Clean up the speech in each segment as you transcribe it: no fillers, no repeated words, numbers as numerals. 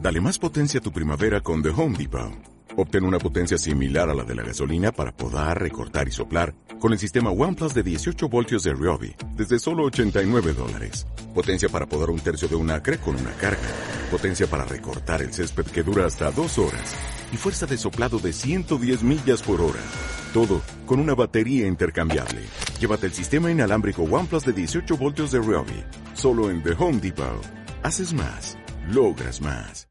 Dale más potencia a tu primavera con The Home Depot. Obtén una potencia similar a la de la gasolina para podar, recortar y soplar con el sistema OnePlus de 18 voltios de Ryobi desde solo $89. Potencia para podar un tercio de un acre con una carga. Potencia para recortar el césped que dura hasta 2 horas. Y fuerza de soplado de 110 millas por hora. Todo con una batería intercambiable. Llévate el sistema inalámbrico OnePlus de 18 voltios de Ryobi. Solo en The Home Depot. Haces más. Logras más.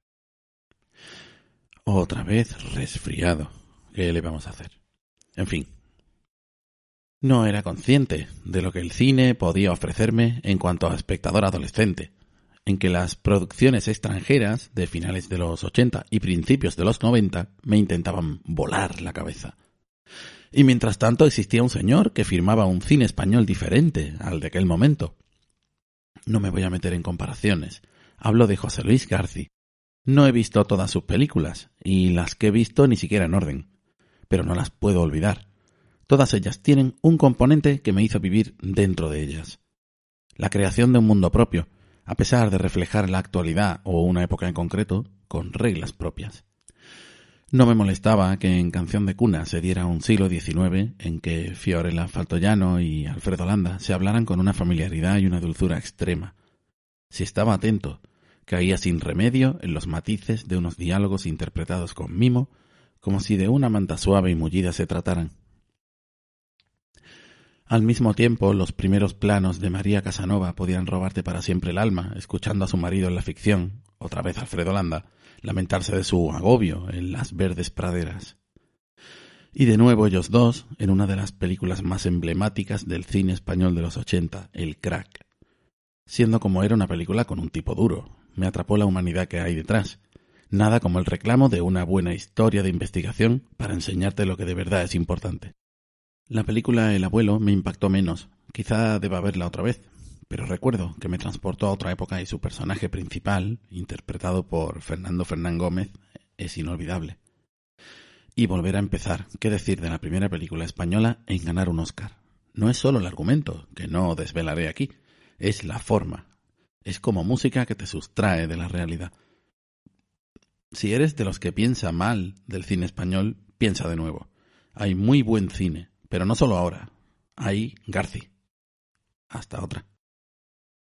Otra vez resfriado. ¿Qué le vamos a hacer? En fin. No era consciente de lo que el cine podía ofrecerme en cuanto a espectador adolescente, en que las producciones extranjeras de finales de los 80 y principios de los 90 me intentaban volar la cabeza. Y mientras tanto existía un señor que firmaba un cine español diferente al de aquel momento. No me voy a meter en comparaciones. Hablo de José Luis García. No he visto todas sus películas, y las que he visto ni siquiera en orden, pero no las puedo olvidar. Todas ellas tienen un componente que me hizo vivir dentro de ellas. La creación de un mundo propio, a pesar de reflejar la actualidad o una época en concreto, con reglas propias. No me molestaba que en Canción de Cuna se diera un siglo XIX en que Fiorella Faltoiano y Alfredo Landa se hablaran con una familiaridad y una dulzura extrema. Si estaba atento, caía sin remedio en los matices de unos diálogos interpretados con mimo, como si de una manta suave y mullida se trataran. Al mismo tiempo, los primeros planos de María Casanova podían robarte para siempre el alma, escuchando a su marido en la ficción, otra vez Alfredo Landa, lamentarse de su agobio en las verdes praderas. Y de nuevo ellos dos, en una de las películas más emblemáticas del cine español de los 80, El Crack. Siendo como era una película con un tipo duro, me atrapó la humanidad que hay detrás. Nada como el reclamo de una buena historia de investigación para enseñarte lo que de verdad es importante. La película El abuelo me impactó menos, quizá deba verla otra vez, pero recuerdo que me transportó a otra época y su personaje principal, interpretado por Fernando Fernán Gómez, es inolvidable. Y volver a empezar, qué decir de la primera película española en ganar un Oscar. No es solo el argumento, que no desvelaré aquí, es la forma. Es como música que te sustrae de la realidad. Si eres de los que piensa mal del cine español, piensa de nuevo. Hay muy buen cine, pero no solo ahora. Hay Garci. Hasta otra.